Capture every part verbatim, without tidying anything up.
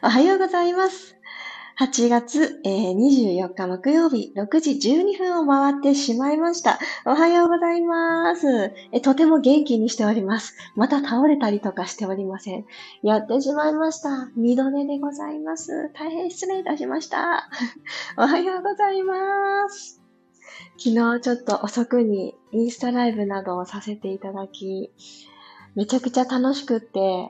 おはようございます。はちがつ、えー、にじゅうよっか木曜日、ろくじじゅうにふんを回ってしまいました。おはようございます。えとても元気にしております。また倒れたりとかしておりません。やってしまいました。二度寝でございます。大変失礼いたしました。おはようございます。昨日ちょっと遅くにインスタライブなどをさせていただき、めちゃくちゃ楽しくって、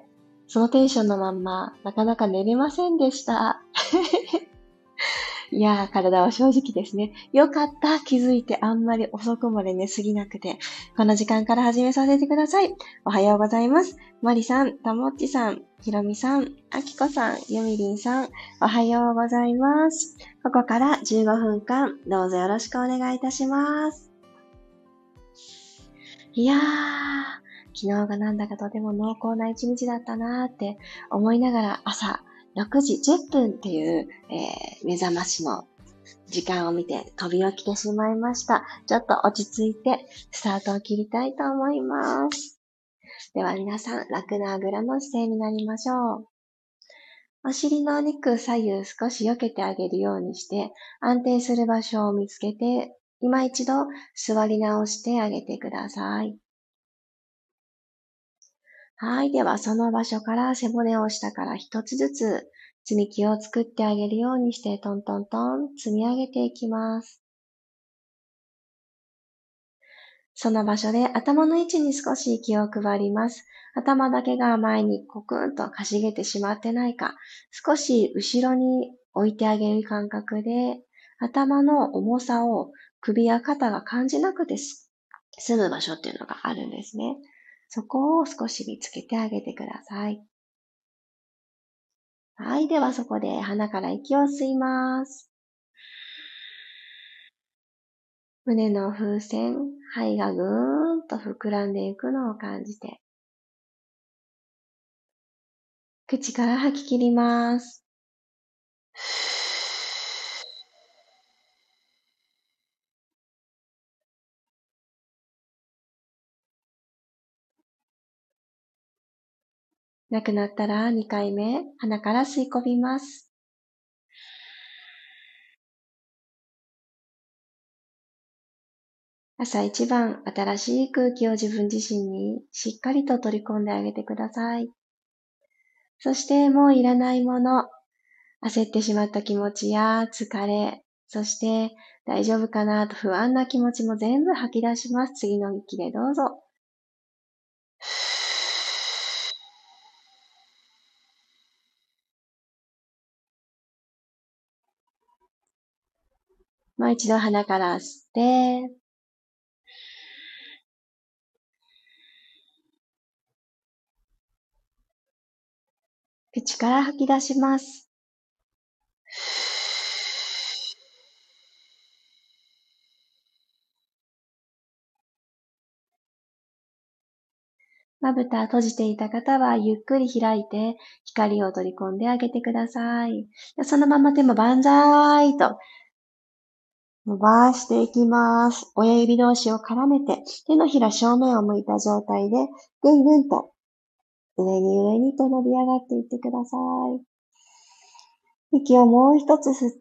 そのテンションのまんま、なかなか寝れませんでした。いやー、体は正直ですね。よかった。気づいてあんまり遅くまで寝すぎなくて。この時間から始めさせてください。おはようございます。マリさん、たもっちさん、ひろみさん、あきこさん、ゆみりんさん、おはようございます。ここからじゅうごふんかん、どうぞよろしくお願いいたします。いやー、昨日がなんだかとても濃厚な一日だったなーって思いながら朝ろくじじゅっぷんっていう、えー、目覚ましの時間を見て飛び起きてしまいました。ちょっと落ち着いてスタートを切りたいと思います。では皆さん、楽なあぐらの姿勢になりましょう。お尻のお肉左右少し避けてあげるようにして安定する場所を見つけて今一度座り直してあげてください。はい。では、その場所から背骨を下から一つずつ積み木を作ってあげるようにしてトントントン積み上げていきます。その場所で頭の位置に少し気を配ります。頭だけが前にコクンとかしげてしまってないか、少し後ろに置いてあげる感覚で、頭の重さを首や肩が感じなくて済む場所っていうのがあるんですね。そこを少し見つけてあげてください。はい。ではそこで鼻から息を吸います。胸の風船、肺がぐーんと膨らんでいくのを感じて、口から吐き切ります。なくなったらにかいめ、鼻から吸い込みます。朝一番、新しい空気を自分自身にしっかりと取り込んであげてください。そしてもういらないもの、焦ってしまった気持ちや疲れ、そして大丈夫かなと不安な気持ちも全部吐き出します。次の息でどうぞ。もう一度鼻から吸って、口から吐き出します。まぶた閉じていた方はゆっくり開いて光を取り込んであげてください。そのまま手も万歳と伸ばしていきます。親指同士を絡めて手のひら正面を向いた状態でぐんぐんと上に上にと伸び上がっていってください。息をもう一つ吸って、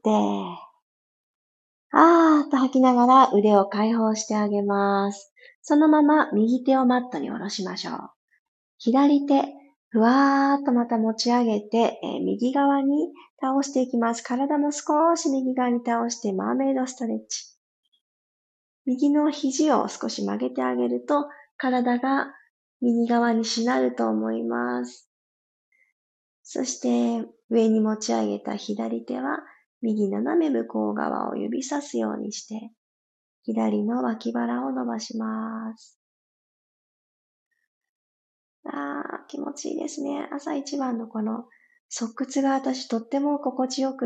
あーっと吐きながら腕を解放してあげます。そのまま右手をマットに下ろしましょう。左手、ふわーっとまた持ち上げて、えー右側に倒していきます。体も少し右側に倒してマーメイドストレッチ。右の肘を少し曲げてあげると、体が右側にしなると思います。そして、上に持ち上げた左手は、右斜め向こう側を指さすようにして、左の脇腹を伸ばします。あー、気持ちいいですね。朝一番のこの、側屈が私とっても心地よくって、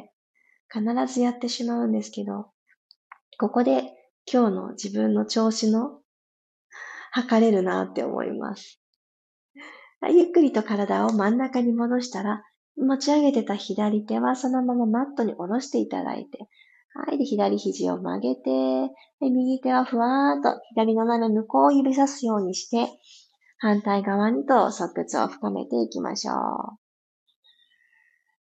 必ずやってしまうんですけど、ここで今日の自分の調子の測れるなって思います。ゆっくりと体を真ん中に戻したら、持ち上げてた左手はそのままマットに下ろしていただいて、はい、で左肘を曲げて、で右手はふわーっと左斜め向こうを指さすようにして、反対側にと側屈を深めていきましょう。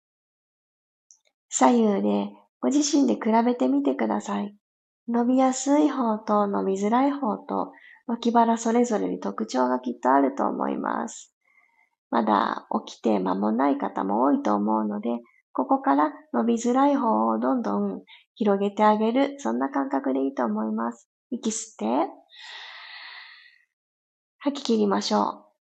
左右でご自身で比べてみてください。伸びやすい方と伸びづらい方と脇腹それぞれに特徴がきっとあると思います。まだ起きて間もない方も多いと思うので、ここから伸びづらい方をどんどん広げてあげる、そんな感覚でいいと思います。息吸って、吐き切りましょう。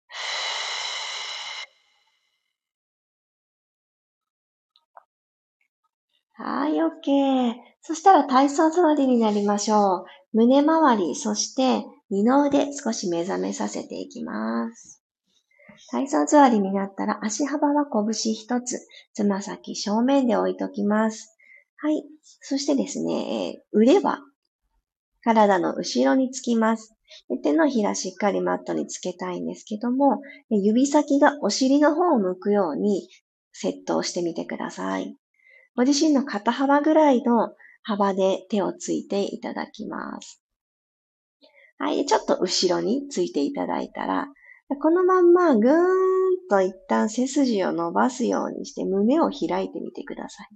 はい、OK。そしたら体操座りになりましょう。胸周り、そして二の腕、少し目覚めさせていきます。体操座りになったら足幅は拳一つ、つま先正面で置いときます。はい。そしてですね、腕は体の後ろにつきます。手のひらしっかりマットにつけたいんですけども、指先がお尻の方を向くようにセットをしてみてください。ご自身の肩幅ぐらいの幅で手をついていただきます。はい。ちょっと後ろについていただいたら、このまんまぐーんと一旦背筋を伸ばすようにして胸を開いてみてください。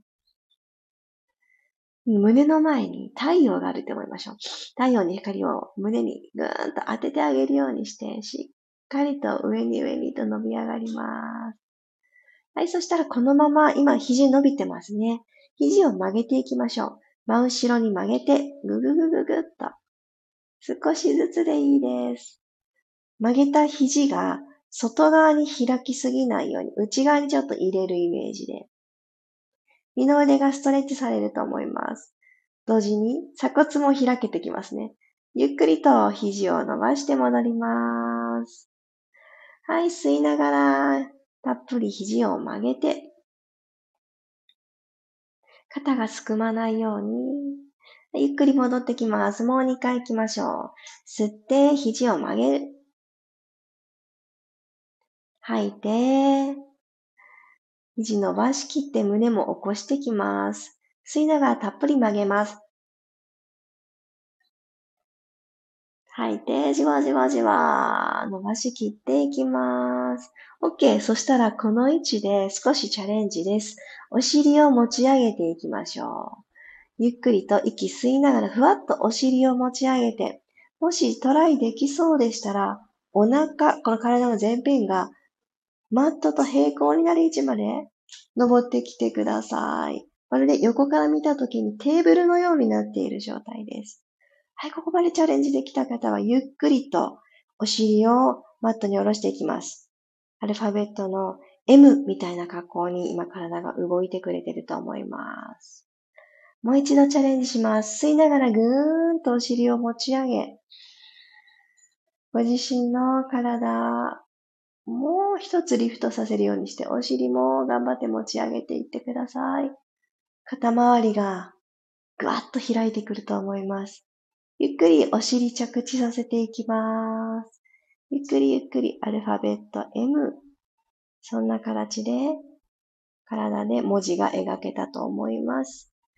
胸の前に太陽があると思いましょう。太陽の光を胸にぐーんと当ててあげるようにして、しっかりと上に上にと伸び上がります。はい。そしたらこのまま今肘伸びてますね。肘を曲げていきましょう。真後ろに曲げて、ぐぐぐぐぐっと。少しずつでいいです。曲げた肘が外側に開きすぎないように、内側にちょっと入れるイメージで。二の腕がストレッチされると思います。同時に鎖骨も開けてきますね。ゆっくりと肘を伸ばして戻ります。はい、吸いながら、たっぷり肘を曲げて、肩がすくまないように、ゆっくり戻ってきます。もうにかい行きましょう。吸って、肘を曲げる。吐いて、肘伸ばしきって胸も起こしてきます。吸いながらたっぷり曲げます。吐いて、じわじわじわ、伸ばしきっていきます。OK。そしたらこの位置で少しチャレンジです。お尻を持ち上げていきましょう。ゆっくりと息吸いながらふわっとお尻を持ち上げて、もしトライできそうでしたら、お腹、この体の前辺がマットと平行になる位置まで登ってきてください。まるで横から見たときにテーブルのようになっている状態です。はい、ここまでチャレンジできた方はゆっくりとお尻をマットに下ろしていきます。アルファベットの エム みたいな格好に今体が動いてくれてると思います。もう一度チャレンジします。吸いながらぐーんとお尻を持ち上げ、ご自身の体、もう一つリフトさせるようにして、お尻も頑張って持ち上げていってください。肩周りがぐわっと開いてくると思います。ゆっくりお尻着地させていきます。ゆっくりゆっくりアルファベット エム。そんな形で体で文字が描けたと思います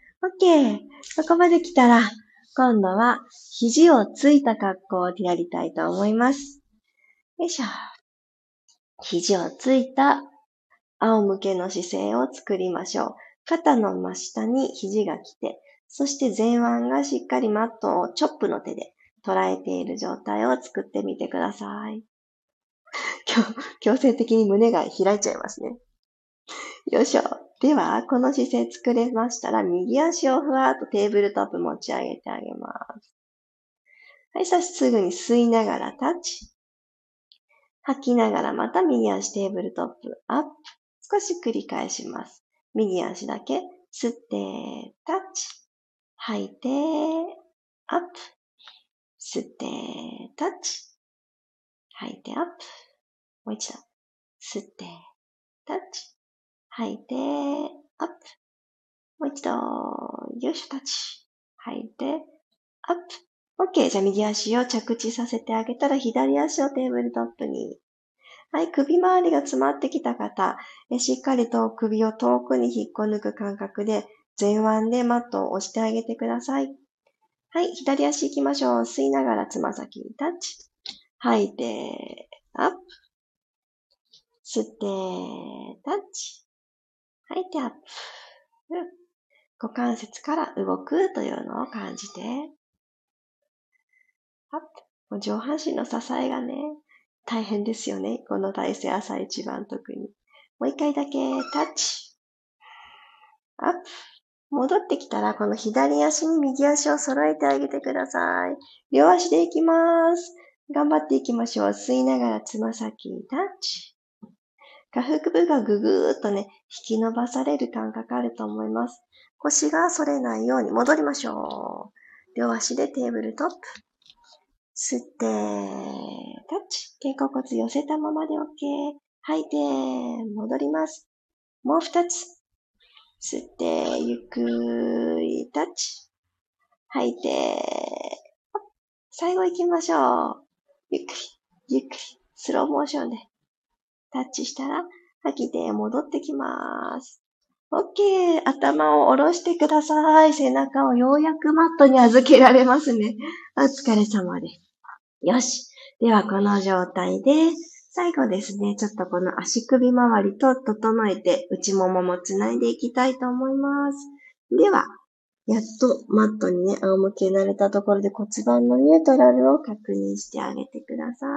。OK。そこまで来たら、今度は肘をついた格好でやりたいと思います。よいしょ。肘をついた仰向けの姿勢を作りましょう。肩の真下に肘が来て、そして前腕がしっかりマットをチョップの手で捉えている状態を作ってみてください。強制的に胸が開いちゃいますね。よいしょ。では、この姿勢作れましたら、右足をふわっとテーブルトップ持ち上げてあげます。はい、そしてすぐに吸いながらタッチ。吐きながらまた右足テーブルトップアップ。少し繰り返します。右足だけ吸ってタッチ。吐いてアップ。吸ってタッチ。吐いてアップ。もう一度。吸ってタッチ。吐いてアップ。もう一度。よいしょ、タッチ。吐いてアップ。OK。じゃあ右足を着地させてあげたら左足をテーブルトップに。はい、首周りが詰まってきた方、しっかりと首を遠くに引っこ抜く感覚で前腕でマットを押してあげてください。はい、左足行きましょう。吸いながらつま先にタッチ。吐いて、アップ。吸って、タッチ。吐いて、アップ。 股関節から動くというのを感じて、アップ。上半身の支えがね、大変ですよね。この体勢、朝一番特に。もう一回だけタッチ。アップ。戻ってきたら、この左足に右足を揃えてあげてください。両足でいきます。頑張っていきましょう。吸いながらつま先タッチ。下腹部がぐぐーっとね、引き伸ばされる感覚あると思います。腰が反れないように戻りましょう。両足でテーブルトップ。吸って、タッチ。肩甲骨寄せたままで OK。吐いて、戻ります。もう二つ。吸って、ゆっくりタッチ。吐いて、最後行きましょう。ゆっくり、ゆっくり、スローモーションでタッチしたら、吐きで戻ってきます。OK。頭を下ろしてください。背中をようやくマットに預けられますね。お疲れ様です。よし。では、この状態で、最後ですね、ちょっとこの足首周りと整えて、内もももつないでいきたいと思います。では、やっとマットにね、仰向けになれたところで骨盤のニュートラルを確認してあげてくださ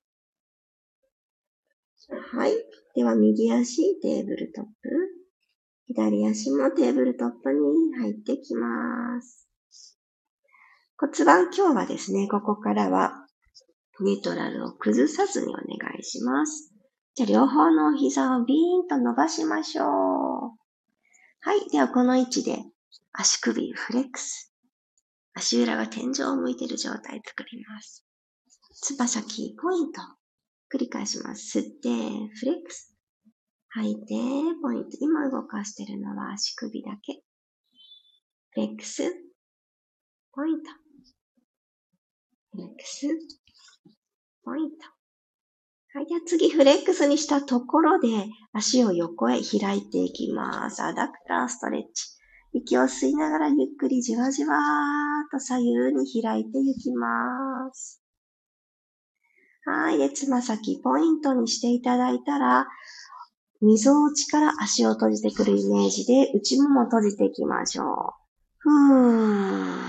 い。はい。では、右足、テーブルトップ。左足もテーブルトップに入ってきます。骨盤今日はですね、ここからはニュートラルを崩さずにお願いします。じゃあ両方のお膝をビーンと伸ばしましょう。はい。ではこの位置で足首フレックス。足裏が天井を向いている状態作ります。つま先ポイント。繰り返します。吸って、フレックス。吐いて、ポイント。今動かしているのは足首だけ。フレックス。ポイント。フレックス。ポイント。はい。じゃあ次、フレックスにしたところで、足を横へ開いていきます。アダクターストレッチ。息を吸いながらゆっくりじわじわーっと左右に開いていきます。はい。で、つま先ポイントにしていただいたら、溝落ちから足を閉じてくるイメージで、内もも閉じていきましょう。ふーん。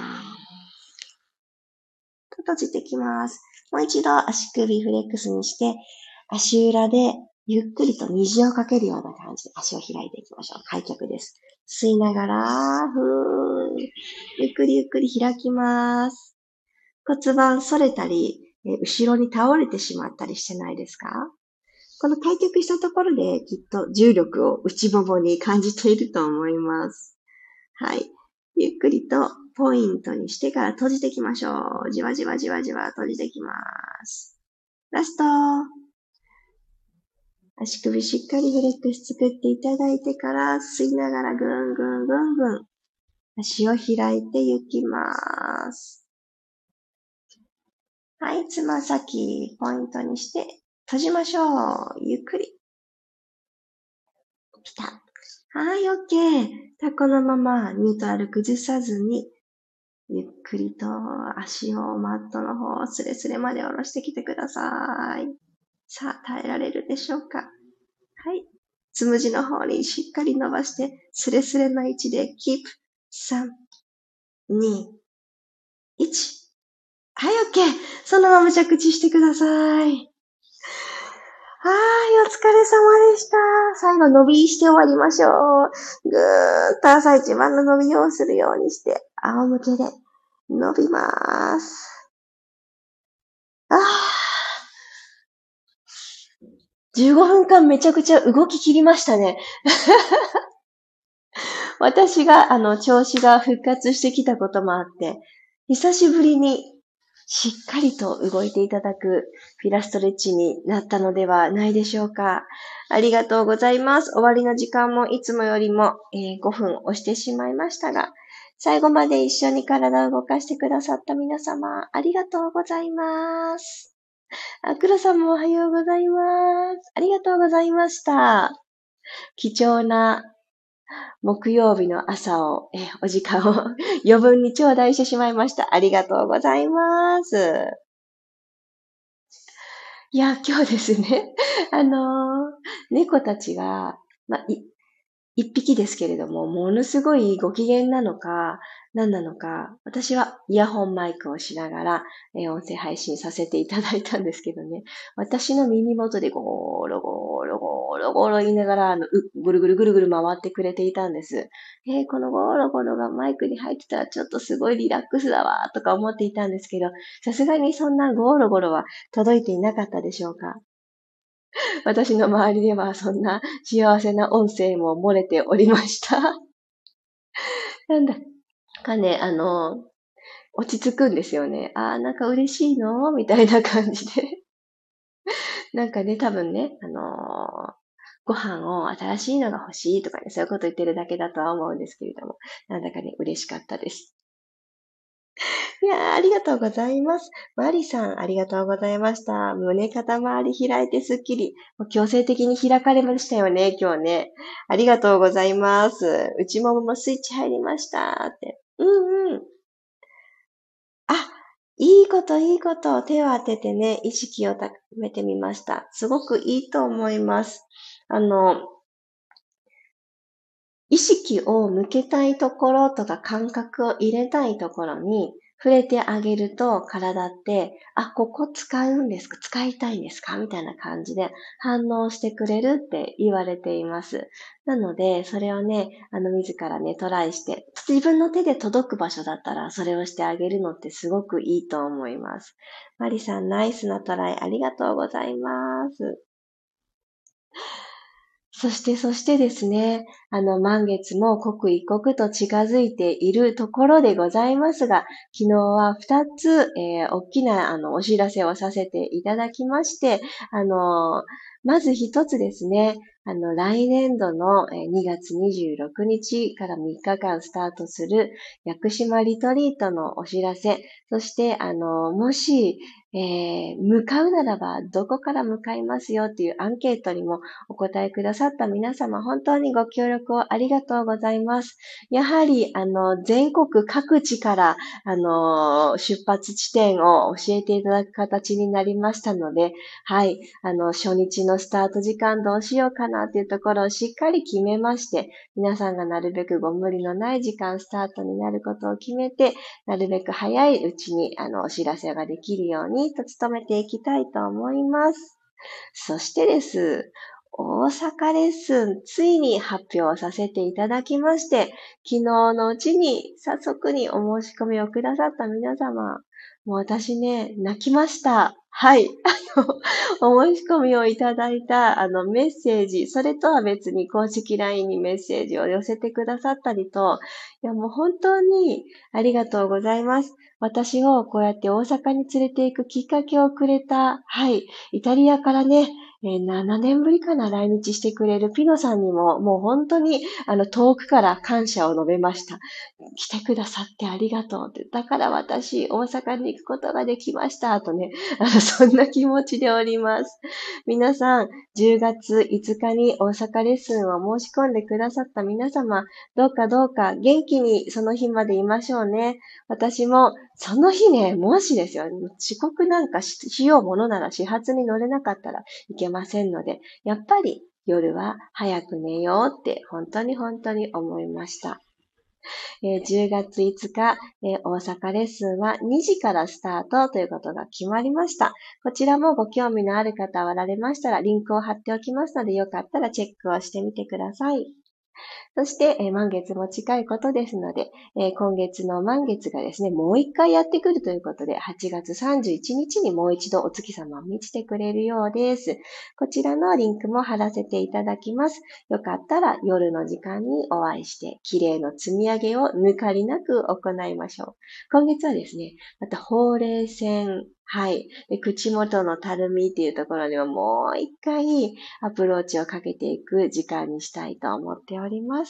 閉じていきます。もう一度足首フレックスにして、足裏でゆっくりと虹をかけるような感じで足を開いていきましょう。開脚です。吸いながら、ふー。ゆっくりゆっくり開きます。骨盤反れたり、後ろに倒れてしまったりしてないですか？この開脚したところできっと重力を内ももに感じていると思います。はい。ゆっくりとポイントにしてから閉じていきましょう。じわじわじわじわ閉じていきます。ラスト。足首しっかりフレックス作っていただいてから吸いながらぐんぐんぐんぐん足を開いていきます。はい、つま先ポイントにして閉じましょう。ゆっくり。ピタッ。はい、OK。じゃあこのままニュートラル崩さずに、ゆっくりと足をマットの方、スレスレまで下ろしてきてください。さあ、耐えられるでしょうか？はい。つむじの方にしっかり伸ばして、スレスレの位置でキープ。さん、に、いち。はい、OK。そのまま着地してください。はい、お疲れ様でした。最後伸びして終わりましょう。ぐーっと朝一番の伸びをするようにして、仰向けで伸びます。あー、じゅうごふんかんめちゃくちゃ動き切りましたね。私が、あの、調子が復活してきたこともあって、久しぶりにしっかりと動いていただくピラストレッチになったのではないでしょうか。ありがとうございます。終わりの時間もいつもよりも、えー、ごふん押してしまいましたが、最後まで一緒に体を動かしてくださった皆様、ありがとうございます。あ、黒さんもおはようございます。ありがとうございました。貴重な木曜日の朝を、えお時間を余分に頂戴してしまいました。ありがとうございます。いや、今日ですね、あのー、猫たちが、ま、い、 一匹ですけれども、ものすごいご機嫌なのか、何なのか、私はイヤホンマイクをしながら、えー音声配信させていただいたんですけどね、私の耳元でゴーロゴーロゴーロゴーロ言いながら、あの、うぐるぐるぐるぐる回ってくれていたんです。えーこのゴーロゴロがマイクに入ってたらちょっとすごいリラックスだわ、とか思っていたんですけど、さすがにそんなゴーロゴロは届いていなかったでしょうか。私の周りではそんな幸せな音声も漏れておりました。なんだかね、あの、落ち着くんですよね。ああ、なんか嬉しいのみたいな感じで。なんかね、多分ね、あのーご飯を新しいのが欲しいとかね、そういうこと言ってるだけだとは思うんですけれども、なんだかね、嬉しかったです。いやー、ありがとうございます。マリさん、ありがとうございました。胸肩周り開いてすっきり。もう強制的に開かれましたよね、今日ね。ありがとうございます。内もももスイッチ入りましたって。うんうん。あ、いいこと、いいこと。手を当ててね、意識を高めてみました。すごくいいと思います。あの、意識を向けたいところとか感覚を入れたいところに触れてあげると体って、あ、ここ使うんですか使いたいんですかみたいな感じで反応してくれるって言われています。なので、それをね、あの、自らね、トライして、自分の手で届く場所だったらそれをしてあげるのってすごくいいと思います。マリさん、ナイスなトライありがとうございます。そして、そしてですね、あの、満月も刻一刻と近づいているところでございますが、昨日は二つ、えー大きな、あの、お知らせをさせていただきまして、あの、まず一つですね、あの、来年度のえーにがつにじゅうろくにちからみっかかんスタートする屋久島リトリートのお知らせ、そして、あの、もし、えー向かうならば、どこから向かいますよっていうアンケートにもお答えくださった皆様、本当にご協力をありがとうございます。やはり、あの、全国各地から、あの、出発地点を教えていただく形になりましたので、はい、あの、初日のスタート時間どうしようかなっていうところをしっかり決めまして、皆さんがなるべくご無理のない時間スタートになることを決めて、なるべく早いうちに、あの、お知らせができるようにと努めていきたいと思います。そしてです。大阪レッスン、ついに発表させていただきまして、昨日のうちに早速にお申し込みをくださった皆様、もう私ね、泣きました。はい。あの、お申し込みをいただいた、あの、メッセージ、それとは別に公式 ライン にメッセージを寄せてくださったりと、いや、もう本当にありがとうございます。私をこうやって大阪に連れて行くきっかけをくれた、はい、イタリアからね、えーななねんぶりかな、来日してくれるピノさんにも、もう本当に、あの、遠くから感謝を述べました。来てくださってありがとうって。だから私、大阪に行くことができました。とね、あの、そんな気持ちでおります。皆さん、じゅうがついつかに大阪レッスンを申し込んでくださった皆様、どうかどうか元気にその日までいましょうね。私も、その日ね、もしですよ、遅刻なんかししようものなら始発に乗れなかったらいけませんので、やっぱり夜は早く寝ようって本当に本当に思いました。えーじゅうがついつか、えー大阪レッスンはにじからスタートということが決まりました。こちらもご興味のある方おられましたら、リンクを貼っておきますので、よかったらチェックをしてみてください。そして、えー満月も近いことですので、えー今月の満月がですね、もう一回やってくるということで、はちがつさんじゅういちにちにもう一度お月様を満ちてくれるようです。こちらのリンクも貼らせていただきます。よかったら夜の時間にお会いして、綺麗の積み上げを抜かりなく行いましょう。今月はですね、またほうれい線、はい。で、口元のたるみっていうところではもう一回アプローチをかけていく時間にしたいと思っております。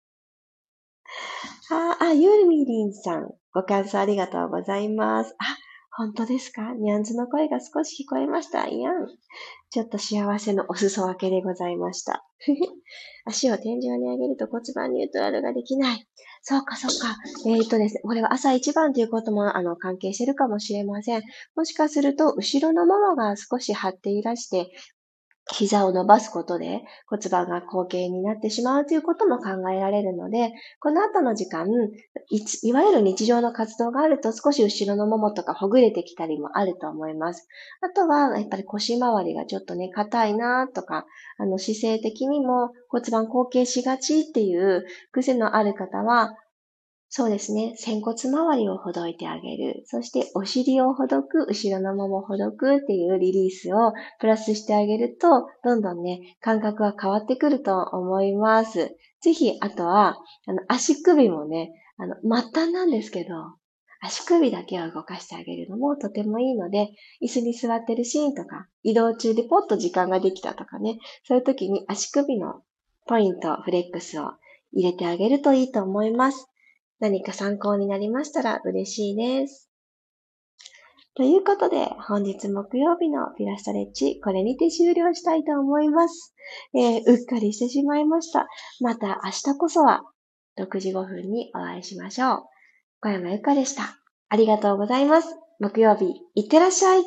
あ、あ、ゆみりんさん、ご感想ありがとうございます。あ、本当ですか？ニャンズの声が少し聞こえました。いやん。ちょっと幸せのお裾分けでございました。足を天井に上げると骨盤ニュートラルができない。そうか、そうか。えー、っとですね、これは朝一番ということも、あの、関係してるかもしれません。もしかすると、後ろのももが少し張っていらして、 膝を伸ばすことで骨盤が後傾になってしまうということも考えられるので、この後の時間、い, いわゆる日常の活動があると少し後ろのももとかほぐれてきたりもあると思います。あとは、やっぱり腰回りがちょっとね、硬いなとか、あの姿勢的にも骨盤後傾しがちっていう癖のある方は、そうですね。仙骨周りをほどいてあげる。そしてお尻をほどく、後ろのももほどくっていうリリースをプラスしてあげると、どんどんね、感覚が変わってくると思います。ぜひ、あとは、あの、足首もね、あの、末端なんですけど、足首だけを動かしてあげるのもとてもいいので、椅子に座ってるシーンとか、移動中でポッと時間ができたとかね、そういう時に足首のポイント、フレックスを入れてあげるといいと思います。何か参考になりましたら嬉しいです。ということで、本日木曜日のピラストレッチ、これにて終了したいと思います。えー、うっかりしてしまいました。また明日こそはろくじごふんにお会いしましょう。小山由かでした。ありがとうございます。木曜日、いってらっしゃい。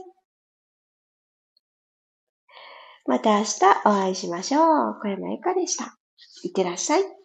また明日お会いしましょう。小山由かでした。いってらっしゃい。